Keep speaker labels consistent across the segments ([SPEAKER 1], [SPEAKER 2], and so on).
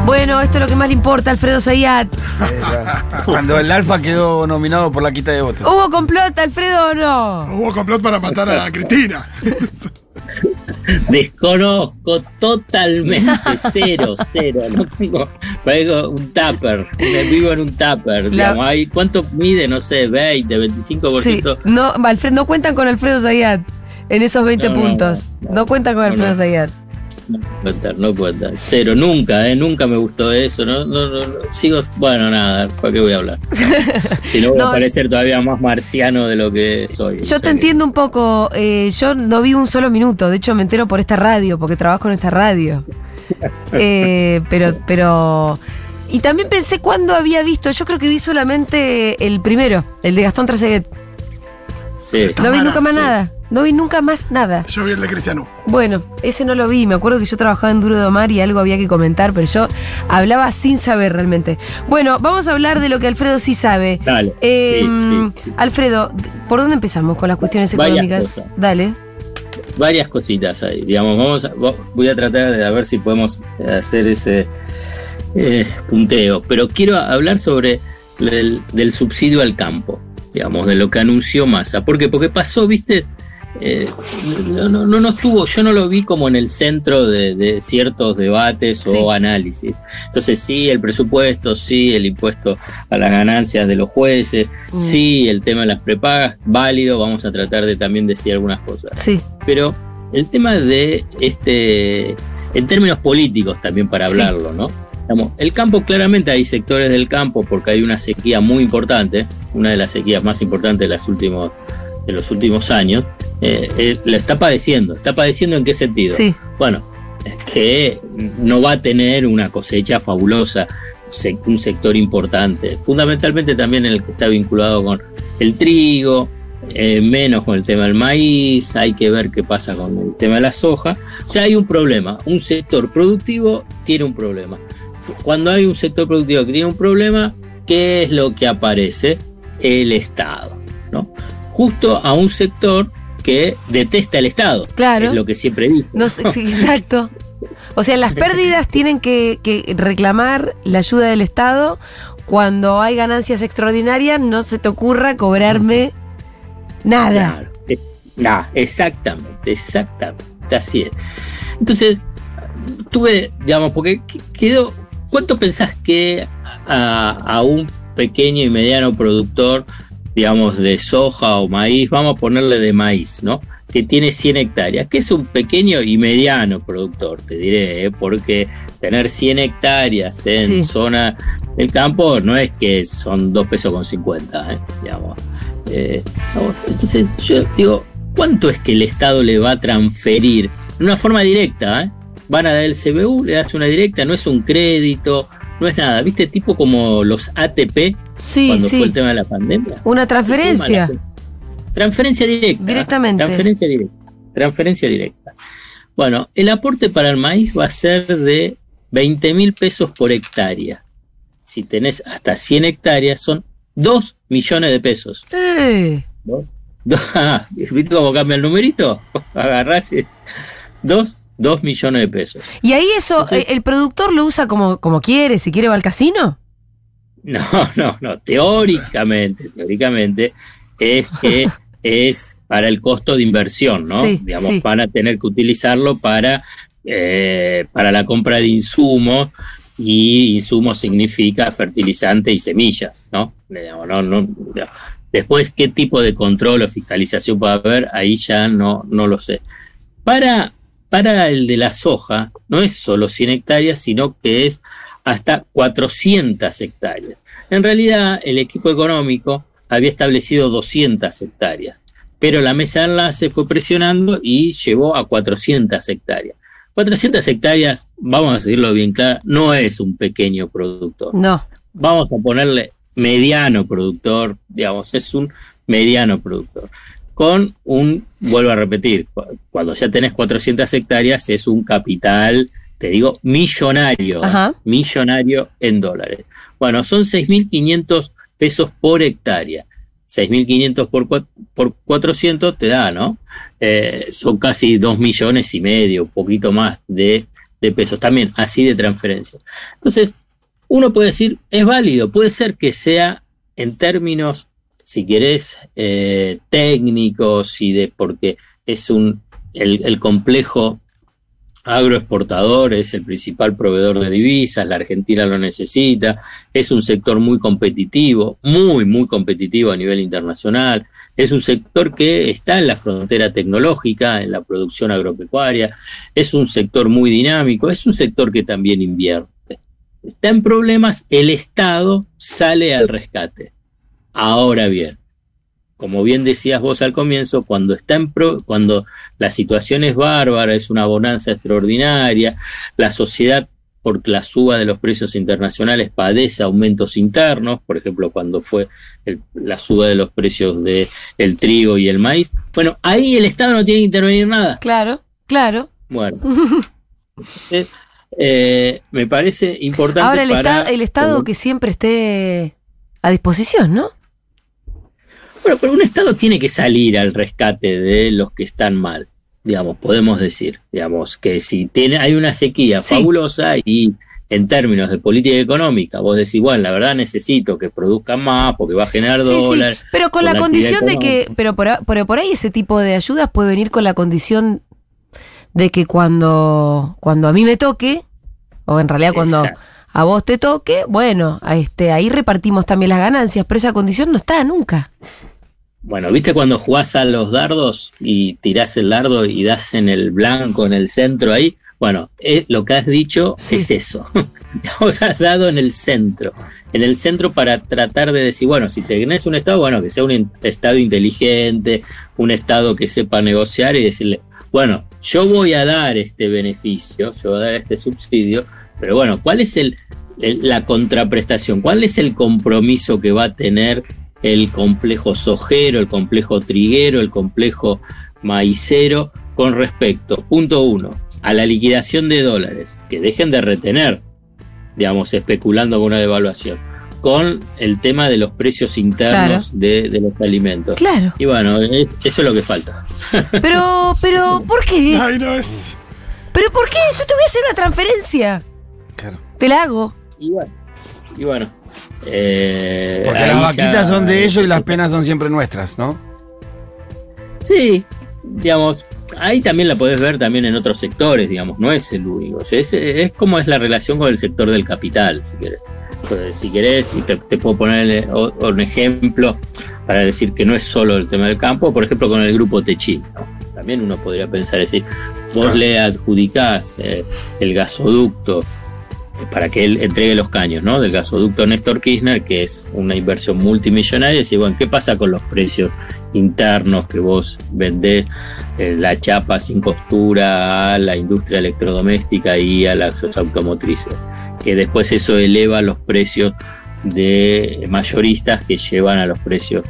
[SPEAKER 1] Bueno, esto es lo que más le importa a Alfredo Zayat.
[SPEAKER 2] Cuando el Alfa quedó nominado por la quita de votos.
[SPEAKER 1] ¿Hubo complot, Alfredo, o no?
[SPEAKER 3] Hubo complot para matar a Cristina.
[SPEAKER 4] Desconozco totalmente, cero. No tengo, traigo un tupper, vivo en un tupper. Digamos, ¿cuánto mide? No sé, 20, 25%.
[SPEAKER 1] Sí. No, Alfredo, no cuentan con Alfredo Zayat en esos 20 puntos. No cuentan con Alfredo Zayat.
[SPEAKER 4] No cuenta, cero, nunca me gustó eso, no, sigo, bueno, nada, ¿para qué voy a hablar? Si no voy a parecer todavía más marciano de lo que soy.
[SPEAKER 1] Yo te entiendo un poco, yo no vi un solo minuto, de hecho me entero por esta radio, porque trabajo en esta radio. Pero y también pensé cuándo había visto, yo creo que vi solamente el primero, el de Gastón Trezeguet.
[SPEAKER 4] Sí.
[SPEAKER 1] No vi nunca más nada. No vi nunca más nada.
[SPEAKER 3] Yo vi el de Cristiano.
[SPEAKER 1] Bueno, ese no lo vi. Me acuerdo que yo trabajaba en Duro de Omar y algo había que comentar, pero yo hablaba sin saber realmente. Bueno, vamos a hablar de lo que Alfredo sí sabe.
[SPEAKER 4] Dale. Sí.
[SPEAKER 1] Alfredo, ¿por dónde empezamos con las cuestiones económicas? Dale.
[SPEAKER 4] Varias cositas ahí. Digamos, voy a tratar de ver si podemos hacer ese punteo. Pero quiero hablar sobre del subsidio al campo, digamos, de lo que anunció Massa. ¿Por qué? Porque pasó, viste. No estuvo, yo no lo vi como en el centro de ciertos debates o análisis. Entonces sí, el presupuesto, sí, el impuesto a las ganancias de los jueces, sí, el tema de las prepagas, válido, vamos a tratar de también decir algunas cosas. Sí. Pero el tema de en términos políticos también para hablarlo, ¿no? El campo, claramente hay sectores del campo porque hay una sequía muy importante, una de las sequías más importantes de los últimos años, la está padeciendo. ¿Está padeciendo en qué sentido? Sí. Bueno, que no va a tener una cosecha fabulosa, un sector importante, fundamentalmente también el que está vinculado con el trigo, menos con el tema del maíz, hay que ver qué pasa con el tema de la soja. O sea, hay un problema, un sector productivo tiene un problema. Cuando hay un sector productivo que tiene un problema, ¿qué es lo que aparece? El Estado, ¿no? Justo a un sector que detesta el Estado. Claro. Es lo que siempre dice.
[SPEAKER 1] No sé, sí, exacto. O sea, las pérdidas tienen que reclamar la ayuda del Estado. Cuando hay ganancias extraordinarias, no se te ocurra cobrarme nada.
[SPEAKER 4] Claro. Exactamente. Así es. Entonces, digamos, porque quedó. ¿Cuánto pensás que a un pequeño y mediano productor, digamos, de soja o maíz, vamos a ponerle de maíz, ¿no? Que tiene 100 hectáreas, que es un pequeño y mediano productor, te diré, porque tener 100 hectáreas en zona del campo no es que son 2 pesos con 50, digamos. Entonces yo digo, ¿cuánto es que el Estado le va a transferir? De una forma directa, Van a dar el CBU, le das una directa, no es un crédito, no es nada, ¿viste? Tipo como los ATP cuando fue el tema de la pandemia.
[SPEAKER 1] Una transferencia.
[SPEAKER 4] Transferencia directa.
[SPEAKER 1] Directamente.
[SPEAKER 4] Transferencia directa. Bueno, el aporte para el maíz va a ser de 20.000 pesos por hectárea. Si tenés hasta 100 hectáreas, son 2 millones de pesos. ¿Viste cómo cambia el numerito? Agarrás 2 millones de pesos.
[SPEAKER 1] ¿Y ahí eso, entonces, el productor lo usa como quiere? Si quiere va al casino.
[SPEAKER 4] No. Teóricamente es que es para el costo de inversión, ¿no? Digamos, van a tener que utilizarlo para la compra de insumos, y insumos significa fertilizante y semillas, ¿no? Después, ¿qué tipo de control o fiscalización puede haber? Ahí ya no lo sé. Para el de la soja, no es solo 100 hectáreas, sino que es hasta 400 hectáreas. En realidad, el equipo económico había establecido 200 hectáreas, pero la mesa de enlace fue presionando y llevó a 400 hectáreas. 400 hectáreas, vamos a decirlo bien claro, no es un pequeño productor. No. Vamos a ponerle mediano productor, digamos, es un mediano productor. Con vuelvo a repetir, cuando ya tenés 400 hectáreas es un capital, te digo, millonario, millonario en dólares. Bueno, son 6.500 pesos por hectárea. 6.500 por 400 te da, ¿no? Son casi 2,5 millones, un poquito más de de pesos, también así de transferencia. Entonces, uno puede decir, es válido, puede ser que sea en términos, si querés, técnicos porque es el complejo agroexportador, es el principal proveedor de divisas, la Argentina lo necesita, es un sector muy competitivo, muy, muy competitivo a nivel internacional, es un sector que está en la frontera tecnológica, en la producción agropecuaria, es un sector muy dinámico, es un sector que también invierte. Está en problemas, el Estado sale al rescate. Ahora bien, como bien decías vos al comienzo, cuando la situación es bárbara, es una bonanza extraordinaria, la sociedad por la suba de los precios internacionales padece aumentos internos, por ejemplo, cuando fue la suba de los precios del trigo y el maíz, bueno, ahí el Estado no tiene que intervenir nada.
[SPEAKER 1] Claro.
[SPEAKER 4] Bueno. Me parece importante.
[SPEAKER 1] Ahora el Estado que siempre esté a disposición, ¿no?
[SPEAKER 4] Bueno, pero un Estado tiene que salir al rescate de los que están mal, digamos, podemos decir, digamos, que si hay una sequía fabulosa y en términos de política económica, vos decís, bueno, la verdad necesito que produzcan más porque va a generar dólares.
[SPEAKER 1] Sí, pero con la condición de que, pero por ahí ese tipo de ayudas puede venir con la condición de que cuando a mí me toque, o en realidad cuando a vos te toque, bueno, ahí repartimos también las ganancias, pero esa condición no está nunca.
[SPEAKER 4] Bueno, ¿viste cuando jugás a los dardos y tirás el dardo y das en el blanco, en el centro ahí? Bueno, lo que has dicho es eso. Vos has dado en el centro para tratar de decir, bueno, si tenés un Estado, bueno, que sea un Estado inteligente, un Estado que sepa negociar y decirle, bueno, yo voy a dar este beneficio, yo voy a dar este subsidio, pero bueno, ¿cuál es la contraprestación? ¿Cuál es el compromiso que va a tener el complejo sojero, el complejo triguero, el complejo maicero con respecto, punto 1, a la liquidación de dólares, que dejen de retener, digamos, especulando con una devaluación, con el tema de los precios internos de los alimentos.
[SPEAKER 1] Claro.
[SPEAKER 4] Y bueno, eso es lo que falta.
[SPEAKER 1] Pero, ¿por qué?
[SPEAKER 3] Ay, no es.
[SPEAKER 1] ¿Pero por qué? Yo te voy a hacer una transferencia.
[SPEAKER 2] Claro.
[SPEAKER 1] Te la hago.
[SPEAKER 4] Y bueno.
[SPEAKER 2] Porque las vaquitas son de ellos y las penas son siempre nuestras, ¿no?
[SPEAKER 4] Sí, digamos, ahí también la podés ver también en otros sectores, digamos, no es el único. O sea, es como es la relación con el sector del capital, si querés. Pues, si querés, y te puedo poner un ejemplo para decir que no es solo el tema del campo, por ejemplo, con el grupo Techin, ¿no? También uno podría pensar decir, vos le adjudicás el gasoducto para que él entregue los caños, ¿no? Del gasoducto Néstor Kirchner, que es una inversión multimillonaria, y decís, bueno, ¿qué pasa con los precios internos que vos vendés la chapa sin costura a la industria electrodoméstica y a las automotrices? Que después eso eleva los precios de mayoristas que llevan a los precios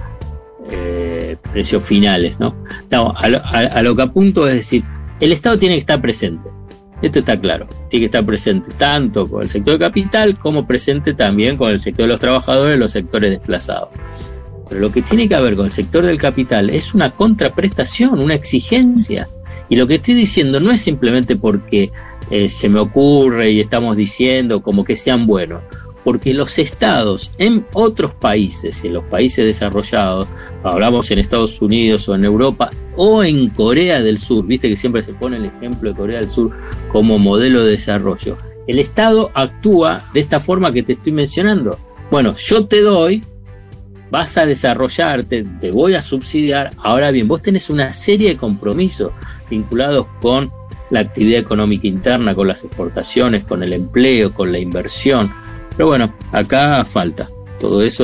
[SPEAKER 4] finales, ¿no? No, a lo que apunto es decir, el Estado tiene que estar presente. Esto está claro, tiene que estar presente tanto con el sector de capital como presente también con el sector de los trabajadores, los sectores desplazados. Pero lo que tiene que haber con el sector del capital es una contraprestación, una exigencia. Y lo que estoy diciendo no es simplemente porque se me ocurre y estamos diciendo como que sean buenos, porque los estados en otros países, en los países desarrollados, hablamos en Estados Unidos o en Europa o en Corea del Sur, viste que siempre se pone el ejemplo de Corea del Sur como modelo de desarrollo, el Estado actúa de esta forma que te estoy mencionando. Bueno, yo te doy, vas a desarrollarte, te voy a subsidiar, ahora bien, vos tenés una serie de compromisos vinculados con la actividad económica interna, con las exportaciones, con el empleo, con la inversión. Pero bueno, acá falta. Todo eso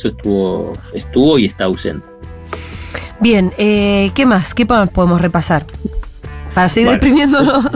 [SPEAKER 4] estuvo y está ausente.
[SPEAKER 1] Bien, ¿qué más? ¿Qué más podemos repasar? Para seguir deprimiéndonos.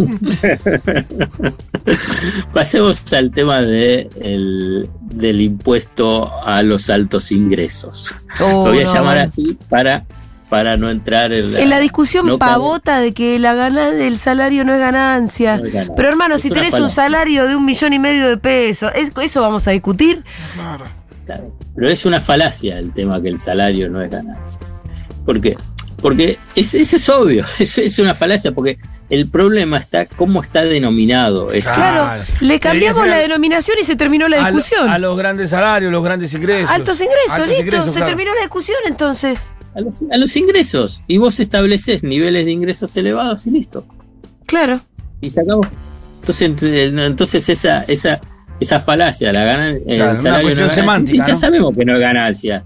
[SPEAKER 4] Pasemos al tema del impuesto a los altos ingresos. Lo voy a llamar así para no entrar en
[SPEAKER 1] la discusión pavota de que el salario no es ganancia. No es ganancia. Pero hermano, si tenés un salario de 1,5 millones de pesos, ¿eso vamos a discutir?
[SPEAKER 4] Claro. Pero es una falacia el tema que el salario no es ganancia. ¿Por qué? Porque eso es obvio, es una falacia, porque el problema está cómo está denominado.
[SPEAKER 1] Claro, le cambiamos la denominación y se terminó la discusión.
[SPEAKER 2] A los grandes salarios, los grandes ingresos.
[SPEAKER 1] Altos ingresos, se terminó la discusión entonces.
[SPEAKER 4] A los ingresos. Y vos estableces niveles de ingresos elevados y listo.
[SPEAKER 1] Claro.
[SPEAKER 4] Y se acabó. Entonces esa falacia, la ganancia,
[SPEAKER 2] claro, una cuestión semántica,
[SPEAKER 4] ya sabemos que no es ganancia.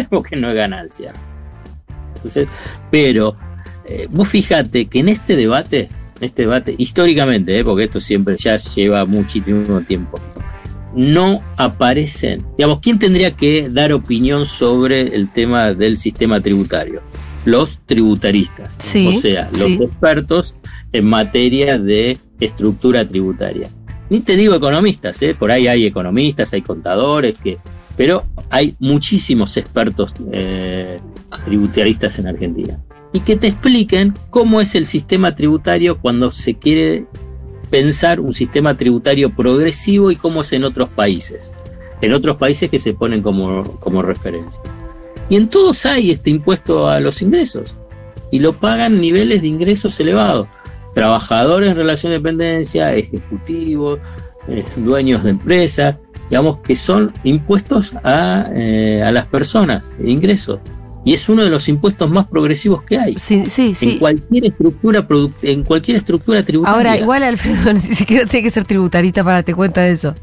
[SPEAKER 4] Entonces, pero vos fíjate que en este debate, históricamente, porque esto siempre ya lleva muchísimo tiempo, no aparecen, digamos, ¿quién tendría que dar opinión sobre el tema del sistema tributario? Los tributaristas, o sea, los expertos en materia de estructura tributaria. Ni te digo economistas, por ahí hay economistas, hay contadores, pero hay muchísimos expertos tributaristas en Argentina. Y que te expliquen cómo es el sistema tributario cuando se quiere pensar un sistema tributario progresivo y cómo es en otros países. En otros países que se ponen como referencia. Y en todos hay este impuesto a los ingresos. Y lo pagan niveles de ingresos elevados. Trabajadores en relación de dependencia, ejecutivos, dueños de empresas, digamos que son impuestos a las personas, ingresos. Y es uno de los impuestos más progresivos que hay.
[SPEAKER 1] Sí.
[SPEAKER 4] En cualquier estructura tributaria.
[SPEAKER 1] Ahora, igual, Alfredo, ni siquiera tiene que ser tributarista para darte cuenta de eso.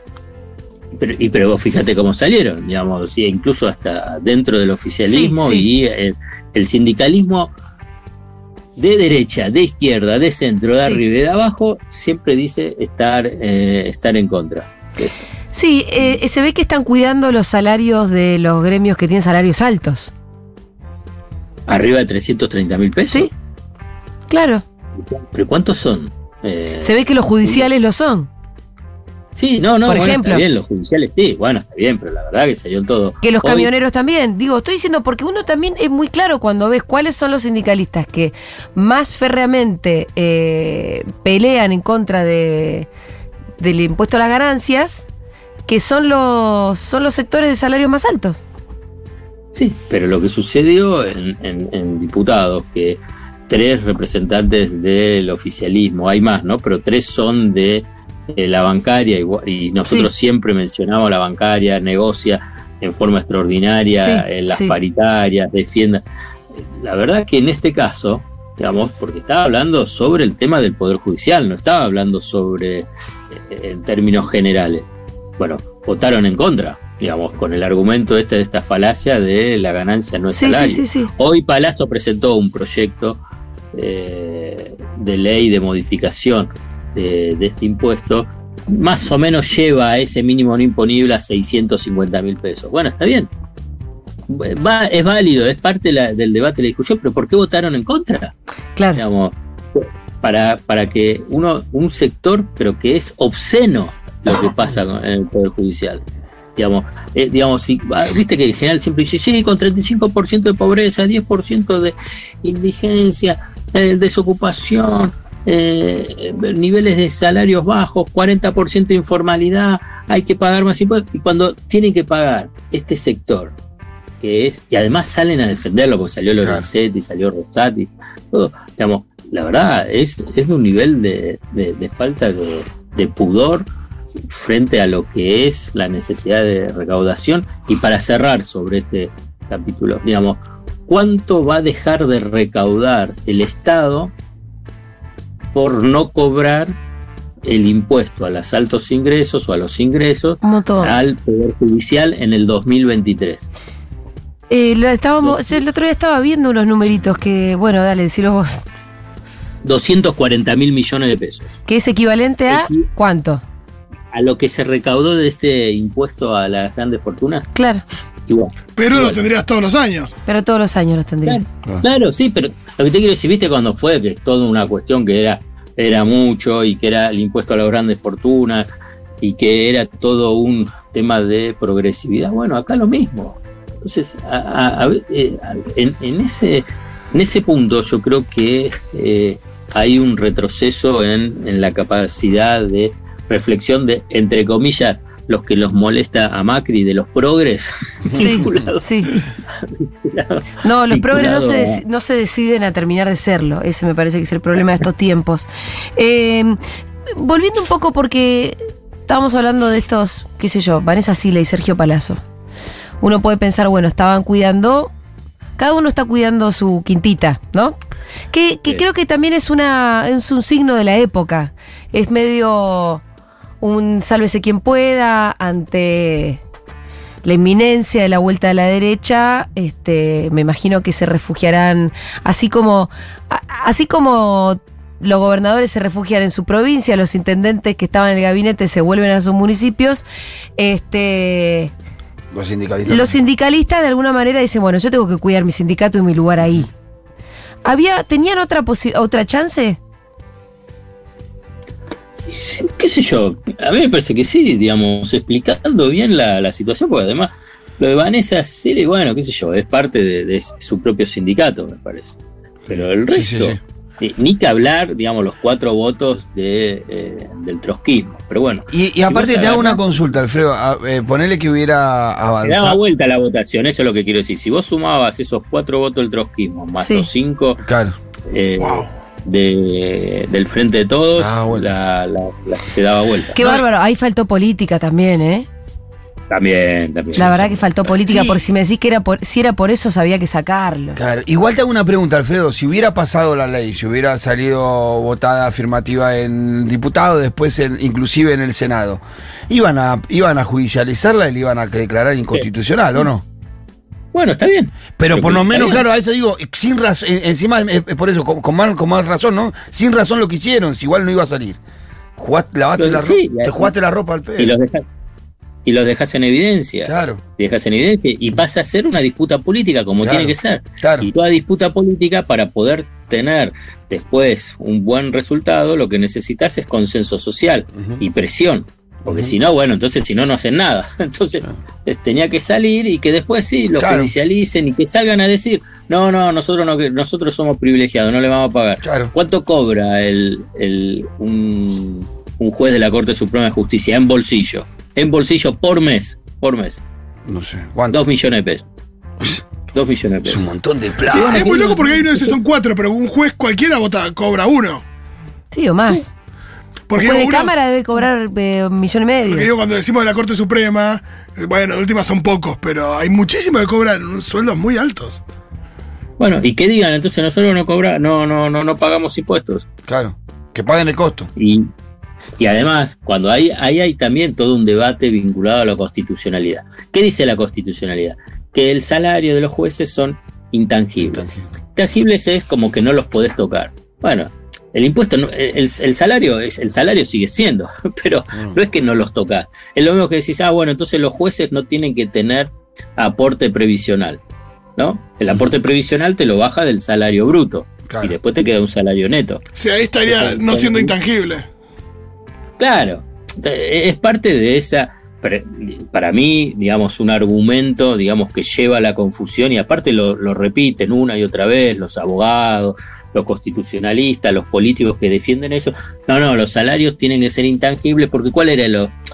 [SPEAKER 4] Pero vos fíjate cómo salieron, digamos, sí, incluso hasta dentro del oficialismo y el sindicalismo de derecha, de izquierda, de centro, de arriba y de abajo, siempre dice estar en contra.
[SPEAKER 1] Sí, se ve que están cuidando los salarios de los gremios que tienen salarios altos.
[SPEAKER 4] ¿Arriba de 330.000 pesos?
[SPEAKER 1] Sí, claro.
[SPEAKER 4] ¿Pero cuántos son?
[SPEAKER 1] Se ve que los judiciales lo son.
[SPEAKER 4] Sí, no,
[SPEAKER 1] por ejemplo,
[SPEAKER 4] está bien, los judiciales sí, bueno, está bien, pero la verdad que salió todo.
[SPEAKER 1] Que los camioneros también, digo, estoy diciendo porque uno también es muy claro cuando ves cuáles son los sindicalistas que más férreamente pelean en contra del impuesto a las ganancias, que son los sectores de salarios más altos.
[SPEAKER 4] Sí, pero lo que sucedió en diputados, que 3 representantes del oficialismo, hay más, ¿no? Pero 3 son de la bancaria, y nosotros siempre mencionamos la bancaria, negocia en forma extraordinaria, en las paritarias, defienda. La verdad que en este caso, digamos, porque estaba hablando sobre el tema del Poder Judicial, no estaba hablando sobre, en términos generales. Bueno, votaron en contra, digamos, con el argumento de esta falacia de la ganancia no es salario.
[SPEAKER 1] Sí.
[SPEAKER 4] Hoy Palazzo presentó un proyecto de ley de modificación de este impuesto, más o menos lleva a ese mínimo no imponible a 650.000 pesos. Bueno, está bien. Es válido, es parte del debate, de la discusión, pero ¿por qué votaron en contra?
[SPEAKER 1] Claro.
[SPEAKER 4] Digamos, para que un sector, pero que es obsceno lo que pasa en el Poder Judicial. Digamos, viste que en general siempre dice, sí, con 35% de pobreza, 10% de indigencia, desocupación, niveles de salarios bajos, 40% de informalidad, hay que pagar más impuestos. Y cuando tienen que pagar este sector, que es, y además salen a defenderlo, porque salió Lorenzetti, salió Rostati, todo, digamos, la verdad es de un nivel de falta de pudor frente a lo que es la necesidad de recaudación. Y para cerrar sobre este capítulo, digamos, ¿cuánto va a dejar de recaudar el Estado por no cobrar el impuesto a los altos ingresos o a los ingresos al Poder Judicial en el 2023?
[SPEAKER 1] El otro día estaba viendo unos numeritos que, bueno, dale, decilo vos.
[SPEAKER 4] 240.000 millones de pesos.
[SPEAKER 1] ¿Que es equivalente a cuánto?
[SPEAKER 4] A lo que se recaudó de este impuesto a las grandes fortunas.
[SPEAKER 1] Claro.
[SPEAKER 4] Igual.
[SPEAKER 3] Pero lo tendrías todos los años.
[SPEAKER 1] Pero todos los años los tendrías.
[SPEAKER 4] Claro, sí, pero lo que te quiero decir, viste cuando fue, que es toda una cuestión que era mucho, y que era el impuesto a las grandes fortunas, y que era todo un tema de progresividad. Bueno, acá lo mismo. Entonces, en ese punto yo creo que hay un retroceso en la capacidad de reflexión de, entre comillas, los que los molesta a Macri de los progres.
[SPEAKER 1] Sí, sí. No, los progres no se deciden a terminar de serlo. Ese me parece que es el problema de estos tiempos. Volviendo un poco, porque estábamos hablando de estos, qué sé yo, Vanessa Sila y Sergio Palazzo. Uno puede pensar, bueno, estaban cuidando, cada uno está cuidando su quintita, ¿no? Que creo que también es un signo de la época. Es medio un sálvese quien pueda ante la inminencia de la vuelta a la derecha. Me imagino que se refugiarán, así como los gobernadores se refugian en su provincia, los intendentes que estaban en el gabinete se vuelven a sus municipios. Los sindicalistas de alguna manera dicen, bueno, yo tengo que cuidar mi sindicato y mi lugar ahí. ¿Tenían otra chance?
[SPEAKER 4] ¿Qué sé yo? A mí me parece que sí, digamos, explicando bien la situación, porque además lo de Vanessa Sila, bueno, qué sé yo, es parte de su propio sindicato, me parece. Pero el resto, ni que hablar, digamos, los 4 votos del trotskismo. Pero bueno.
[SPEAKER 2] Y aparte te hago una consulta, Alfredo. Ponele que hubiera avanzado.
[SPEAKER 4] Se daba vuelta la votación, eso es lo que quiero decir. Si vos sumabas esos 4 votos del trotskismo, más los 5 del Frente de Todos, se daba vuelta.
[SPEAKER 1] Qué bárbaro, ahí faltó política también, ¿eh?
[SPEAKER 4] También.
[SPEAKER 1] La verdad que faltó política, por si me decís que si era por eso, sabía que sacarlo.
[SPEAKER 2] Claro. Igual te hago una pregunta, Alfredo. Si hubiera pasado la ley, si hubiera salido votada afirmativa en diputado, después inclusive en el Senado, ¿iban a judicializarla y la iban a declarar inconstitucional o no?
[SPEAKER 4] Bueno, está bien.
[SPEAKER 2] Pero por lo menos, claro, a eso digo, sin razón, encima, por eso, con más razón, ¿no? Sin razón lo que hicieron, si igual no iba a salir. Te jugaste la ropa al pedo.
[SPEAKER 4] Y los dejas en evidencia.
[SPEAKER 2] Claro.
[SPEAKER 4] Y pasa a ser una disputa política, como tiene que ser.
[SPEAKER 2] Claro.
[SPEAKER 4] Y toda disputa política, para poder tener después un buen resultado, lo que necesitas es consenso social y presión. Porque si no, bueno, entonces si no hacen nada. Entonces tenía que salir y que después lo judicialicen y que salgan a decir, no, nosotros somos privilegiados, no le vamos a pagar.
[SPEAKER 2] Claro.
[SPEAKER 4] ¿Cuánto cobra un juez de la Corte Suprema de Justicia en bolsillo? En bolsillo por mes.
[SPEAKER 2] No sé, ¿cuánto?
[SPEAKER 4] 2 millones de pesos. 2 millones de pesos.
[SPEAKER 2] Es un montón de plata.
[SPEAKER 3] Sí, es muy loco porque hay uno de esos son 4, pero un juez cualquiera cobra 1.
[SPEAKER 1] Sí, o más.
[SPEAKER 3] Sí. Porque
[SPEAKER 1] un juez de cámara debe cobrar 1,5 millones.
[SPEAKER 3] Porque cuando decimos de la Corte Suprema, bueno, de última son pocos, pero hay muchísimos que cobran sueldos muy altos.
[SPEAKER 4] Bueno, y que digan, entonces nosotros no pagamos impuestos.
[SPEAKER 2] Claro, que paguen el costo.
[SPEAKER 4] Y además, cuando hay también todo un debate vinculado a la constitucionalidad. ¿Qué dice la constitucionalidad? Que el salario de los jueces son intangibles. Intangibles es como que no los podés tocar. Bueno, el impuesto, el salario sigue siendo, pero no es que no los tocas. Es lo mismo que decís, bueno, entonces los jueces no tienen que tener aporte previsional, ¿no? El aporte previsional te lo baja del salario bruto. Claro. Y después te queda un salario neto.
[SPEAKER 3] Sí, ahí estaría no siendo intangible.
[SPEAKER 4] Claro, es parte de esa, para mí, digamos, un argumento, digamos, que lleva a la confusión y aparte lo repiten una y otra vez los abogados, los constitucionalistas, los políticos que defienden eso. No, los salarios tienen que ser intangibles porque ¿cuál era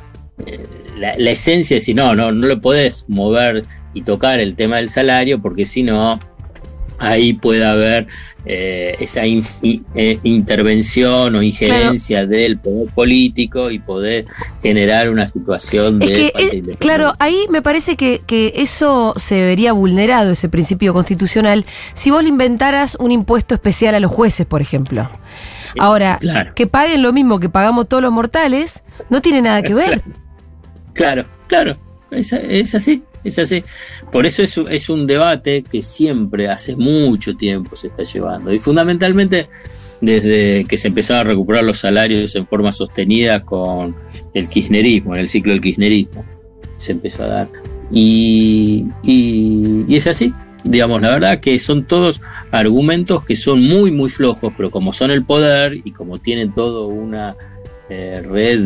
[SPEAKER 4] la esencia de decir, no lo podés mover y tocar el tema del salario porque si no, ahí puede haber esa intervención o injerencia del poder político y poder generar una situación de falta de independencia.
[SPEAKER 1] Claro, ahí me parece que eso se vería vulnerado, ese principio constitucional, si vos le inventaras un impuesto especial a los jueces, por ejemplo. Ahora, que paguen lo mismo que pagamos todos los mortales, no tiene nada que ver.
[SPEAKER 4] Claro, es así. Es así. Por eso es un debate que siempre, hace mucho tiempo, se está llevando. Y fundamentalmente desde que se empezaron a recuperar los salarios en forma sostenida con el kirchnerismo, en el ciclo del kirchnerismo, se empezó a dar. Y es así. Digamos, la verdad que son todos argumentos que son muy, muy flojos, pero como son el poder y como tienen todo una red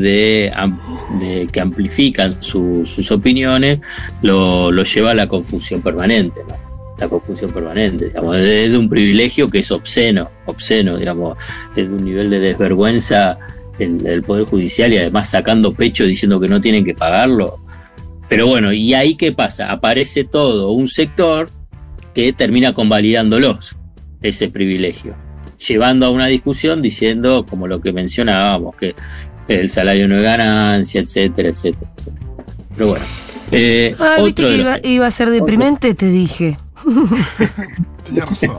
[SPEAKER 4] que amplifican sus opiniones, lo lleva a la confusión permanente, ¿no? La confusión permanente, digamos, es de un privilegio que es obsceno, digamos, es de un nivel de desvergüenza el Poder Judicial y además sacando pecho diciendo que no tienen que pagarlo. Pero bueno, ¿y ahí qué pasa? Aparece todo un sector que termina convalidándolos, ese privilegio, llevando a una discusión diciendo, como lo que mencionábamos, que el salario no es ganancia, etcétera, etcétera, etcétera. Pero bueno.
[SPEAKER 1] ¿Viste que iba a ser deprimente? Te dije.
[SPEAKER 3] Tenía razón.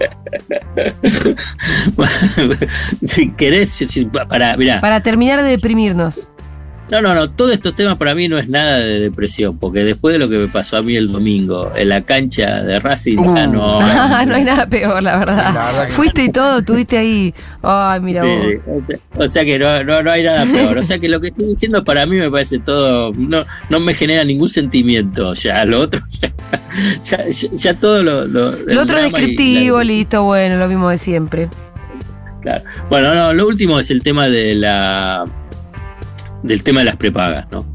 [SPEAKER 4] Si querés, mirá.
[SPEAKER 1] Para terminar de deprimirnos.
[SPEAKER 4] No, todos estos temas para mí no es nada de depresión, porque después de lo que me pasó a mí el domingo en la cancha de Racing, ya no
[SPEAKER 1] hay nada peor, la verdad.
[SPEAKER 2] La verdad que
[SPEAKER 1] fuiste y todo, tuviste ahí. Ay, mira
[SPEAKER 4] sí,
[SPEAKER 1] vos.
[SPEAKER 4] o sea que no hay nada peor. O sea que lo que estoy diciendo para mí me parece todo, no me genera ningún sentimiento. Ya lo otro, ya todo
[SPEAKER 1] lo otro es descriptivo, listo, bueno, lo mismo de siempre.
[SPEAKER 4] Claro. Bueno, no, lo último es el tema del tema de las prepagas, ¿no?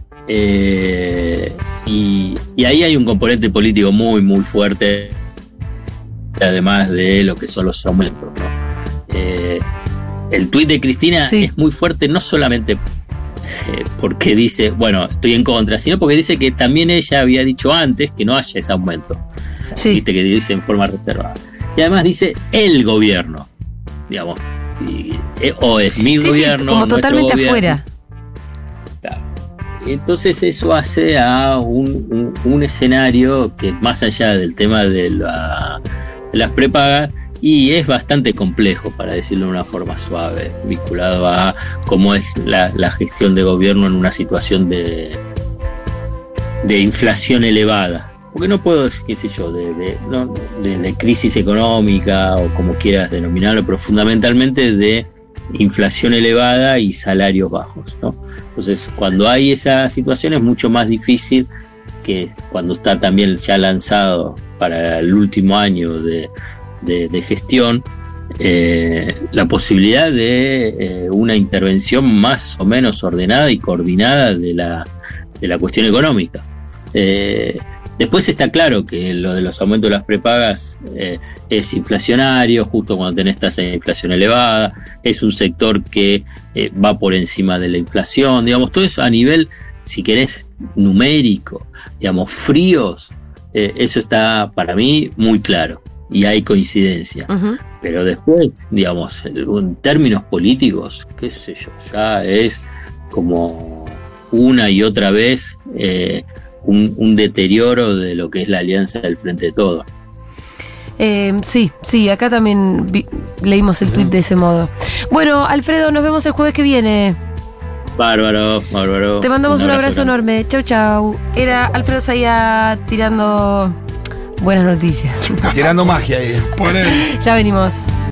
[SPEAKER 4] Y ahí hay un componente político muy, muy fuerte, además de lo que son los aumentos, ¿no? El tuit de Cristina es muy fuerte, no solamente porque dice, bueno, estoy en contra, sino porque dice que también ella había dicho antes que no haya ese aumento. Sí. Viste que dice en forma reservada. Y además dice el gobierno, digamos. O es mi gobierno.
[SPEAKER 1] Como totalmente gobierno. Afuera.
[SPEAKER 4] Claro. Entonces eso hace a un escenario que más allá del tema de las prepagas, y es bastante complejo, para decirlo de una forma suave, vinculado a cómo es la gestión de gobierno en una situación de inflación elevada. Porque no puedo, qué sé yo, de crisis económica o como quieras denominarlo, pero fundamentalmente de inflación elevada y salarios bajos, ¿no? Entonces, cuando hay esa situación es mucho más difícil que cuando está también ya lanzado para el último año de gestión, la posibilidad de una intervención más o menos ordenada y coordinada de la cuestión económica. Después está claro que lo de los aumentos de las prepagas es inflacionario, justo cuando tenés tasa de inflación elevada, es un sector que va por encima de la inflación, digamos, todo eso a nivel, si querés, numérico, digamos, fríos, eso está para mí muy claro y hay coincidencia. Uh-huh. Pero después, digamos, en términos políticos, qué sé yo, ya es como una y otra vez un deterioro de lo que es la alianza del Frente de Todos.
[SPEAKER 1] Sí, acá también leímos el tuit de ese modo. Bueno, Alfredo, nos vemos el jueves que viene.
[SPEAKER 4] Bárbaro.
[SPEAKER 1] Te mandamos un abrazo enorme. Chau. Era Alfredo Zayat tirando buenas noticias.
[SPEAKER 2] Tirando magia ahí.
[SPEAKER 1] Ya venimos.